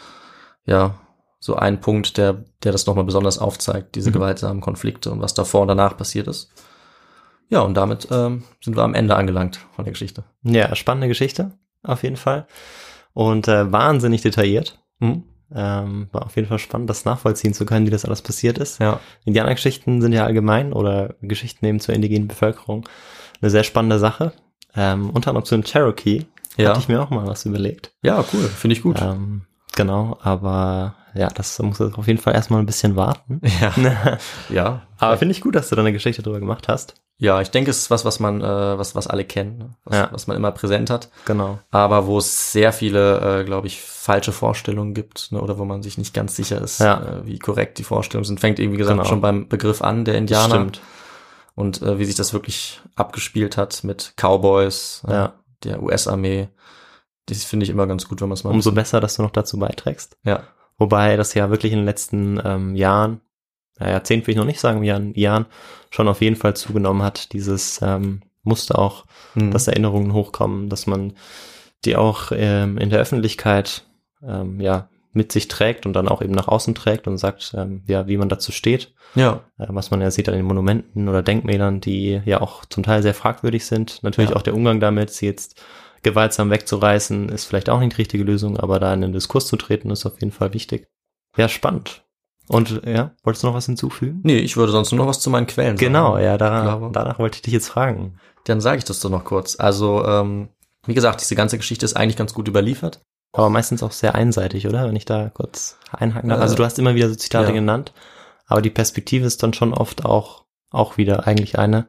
so ein Punkt, der das nochmal besonders aufzeigt, diese gewaltsamen Konflikte und was davor und danach passiert ist. Ja, und damit sind wir am Ende angelangt von der Geschichte. Ja, spannende Geschichte, auf jeden Fall. Und wahnsinnig detailliert. War auf jeden Fall spannend, das nachvollziehen zu können, wie das alles passiert ist. Ja. Indianergeschichten sind ja allgemein oder Geschichten eben zur indigenen Bevölkerung eine sehr spannende Sache. Unter anderem zu den Cherokee hatte ich mir auch mal was überlegt. Ja, cool, finde ich gut. Genau, aber das muss auf jeden Fall erstmal ein bisschen warten. Ja. Aber finde ich gut, dass du da eine Geschichte drüber gemacht hast. Ja, ich denke, es ist was man, was alle kennen, was man immer präsent hat. Genau. Aber wo es sehr viele, glaube ich, falsche Vorstellungen gibt, oder wo man sich nicht ganz sicher ist, wie korrekt die Vorstellungen sind. Fängt irgendwie gesagt schon beim Begriff an, der Indianer. Stimmt. Und wie sich das wirklich abgespielt hat mit Cowboys, der US-Armee. Das finde ich immer ganz gut, wenn man es mal. Umso besser, dass du noch dazu beiträgst. Ja. Wobei das ja wirklich in den letzten Jahren, Jahrzehnten will ich noch nicht sagen, Jahren schon auf jeden Fall zugenommen hat. Dieses musste auch, dass Erinnerungen hochkommen, dass man die auch in der Öffentlichkeit mit sich trägt und dann auch eben nach außen trägt und sagt, wie man dazu steht. Ja. Was man ja sieht an den Monumenten oder Denkmälern, die ja auch zum Teil sehr fragwürdig sind. Natürlich auch der Umgang damit, sie jetzt gewaltsam wegzureißen, ist vielleicht auch nicht die richtige Lösung, aber da in den Diskurs zu treten, ist auf jeden Fall wichtig. Ja, spannend. Und wolltest du noch was hinzufügen? Nee, ich würde sonst nur noch was zu meinen Quellen sagen. Genau, danach wollte ich dich jetzt fragen. Dann sage ich das doch noch kurz. Also, wie gesagt, diese ganze Geschichte ist eigentlich ganz gut überliefert. Aber meistens auch sehr einseitig, oder? Wenn ich da kurz einhaken darf. Also du hast immer wieder so Zitate genannt, aber die Perspektive ist dann schon oft auch wieder eigentlich eine,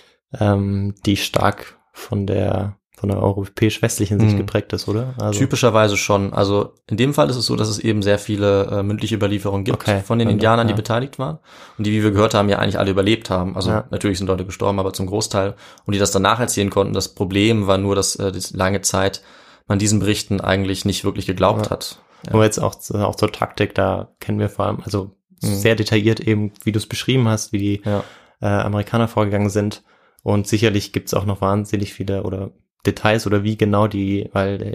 die stark von der europäisch-westlichen Sicht geprägt ist, oder? Also typischerweise schon. Also in dem Fall ist es so, dass es eben sehr viele mündliche Überlieferungen gibt von den Indianern, die beteiligt waren und die, wie wir gehört haben, ja eigentlich alle überlebt haben. Also natürlich sind Leute gestorben, aber zum Großteil. Und die das dann nacherzählen konnten. Das Problem war nur, dass lange Zeit man diesen Berichten eigentlich nicht wirklich geglaubt hat. Ja. Aber jetzt auch zur Taktik, da kennen wir vor allem, also sehr detailliert eben, wie du es beschrieben hast, wie die Amerikaner vorgegangen sind. Und sicherlich gibt's auch noch wahnsinnig viele oder Details oder wie genau die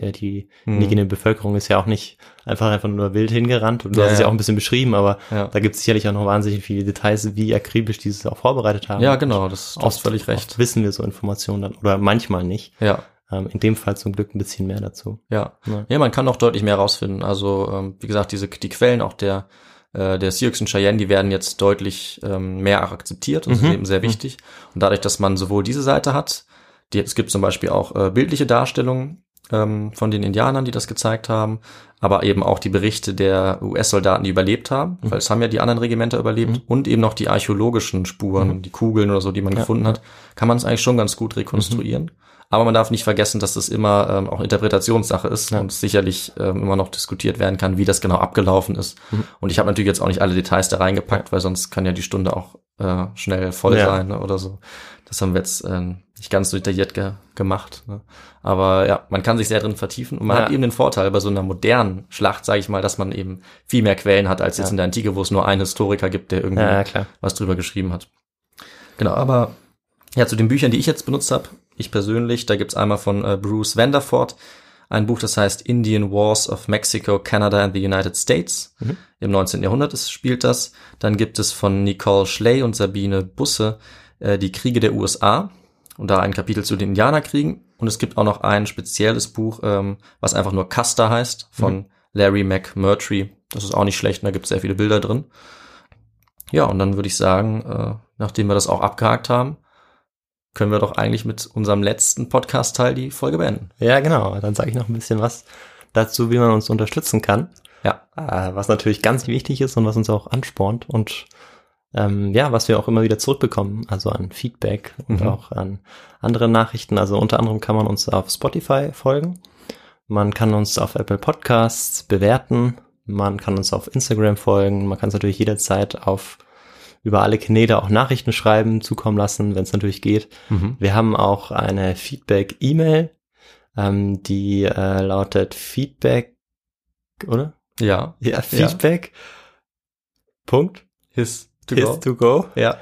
indigene Bevölkerung ist ja auch nicht einfach nur wild hingerannt und du hast es ja auch ein bisschen beschrieben, aber da gibt es sicherlich auch noch wahnsinnig viele Details, wie akribisch die es auch vorbereitet haben. Ja, genau, das hast völlig recht. Oft wissen wir so Informationen dann oder manchmal nicht. Ja. In dem Fall zum Glück ein bisschen mehr dazu. Ja, man kann auch deutlich mehr rausfinden. Also wie gesagt, die Quellen auch der Sioux und Cheyenne, die werden jetzt deutlich mehr akzeptiert und das ist eben sehr wichtig. Und dadurch, dass man sowohl diese Seite hat, es gibt zum Beispiel auch bildliche Darstellungen von den Indianern, die das gezeigt haben, aber eben auch die Berichte der US-Soldaten, die überlebt haben, weil es haben ja die anderen Regimenter überlebt und eben noch die archäologischen Spuren, die Kugeln oder so, die man gefunden hat, kann man es eigentlich schon ganz gut rekonstruieren. Aber man darf nicht vergessen, dass das immer auch Interpretationssache ist und sicherlich immer noch diskutiert werden kann, wie das genau abgelaufen ist. Und ich habe natürlich jetzt auch nicht alle Details da reingepackt, weil sonst kann ja die Stunde auch schnell voll sein, ne, oder so. Das haben wir jetzt nicht ganz so detailliert gemacht. Ne? Aber ja, man kann sich sehr drin vertiefen und man hat eben den Vorteil bei so einer modernen Schlacht, sage ich mal, dass man eben viel mehr Quellen hat als jetzt in der Antike, wo es nur einen Historiker gibt, der irgendwie was drüber geschrieben hat. Genau, aber zu den Büchern, die ich jetzt benutzt habe, ich persönlich, da gibt's einmal von Bruce Vanderford ein Buch, das heißt Indian Wars of Mexico, Canada and the United States. Im 19. Jahrhundert spielt das. Dann gibt es von Nicole Schley und Sabine Busse die Kriege der USA und da ein Kapitel zu den Indianerkriegen. Und es gibt auch noch ein spezielles Buch, was einfach nur Custer heißt, von Larry McMurtry. Das ist auch nicht schlecht, und da gibt's sehr viele Bilder drin. Ja, und dann würde ich sagen, nachdem wir das auch abgehakt haben, können wir doch eigentlich mit unserem letzten Podcast-Teil die Folge beenden. Ja, genau. Dann sage ich noch ein bisschen was dazu, wie man uns unterstützen kann. Ja. Was natürlich ganz wichtig ist und was uns auch anspornt und was wir auch immer wieder zurückbekommen, also an Feedback und auch an andere Nachrichten. Also unter anderem kann man uns auf Spotify folgen. Man kann uns auf Apple Podcasts bewerten. Man kann uns auf Instagram folgen. Man kann es natürlich jederzeit über alle Kanäle auch Nachrichten schreiben, zukommen lassen, wenn es natürlich geht. Wir haben auch eine Feedback-E-Mail, die lautet Feedback, oder? Ja. Ja, Feedback. Punkt. His to go. Ja.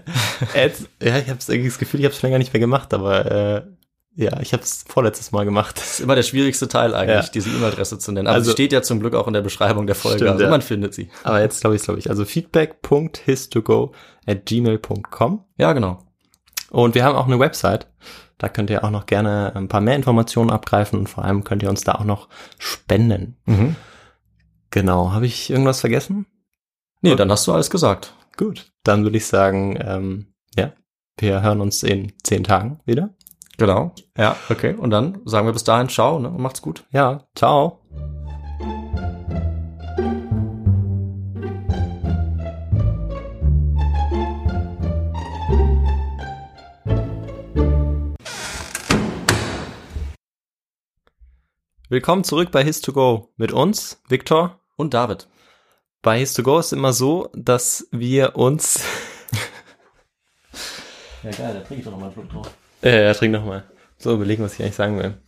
Ich habe irgendwie das Gefühl, ich habe es schon länger nicht mehr gemacht, aber ich habe es vorletztes Mal gemacht. Das ist immer der schwierigste Teil eigentlich, diese E-Mail-Adresse zu nennen. Aber sie steht ja zum Glück auch in der Beschreibung der Folge, stimmt, also man findet sie. Aber jetzt glaube ich. Also feedback.histogo@gmail.com. Ja, genau. Und wir haben auch eine Website. Da könnt ihr auch noch gerne ein paar mehr Informationen abgreifen und vor allem könnt ihr uns da auch noch spenden. Genau. Habe ich irgendwas vergessen? Nee, dann hast du alles gesagt. Gut. Dann würde ich sagen, wir hören uns in 10 Tagen wieder. Genau. Ja, okay. Und dann sagen wir bis dahin ciao, ne? Und macht's gut. Ja, ciao. Willkommen zurück bei His2Go mit uns, Viktor und David. Bei His2Go ist immer so, dass wir uns... Ja geil, da trinke ich doch nochmal einen Schluck drauf. Ja, trink nochmal. So überlegen, was ich eigentlich sagen will.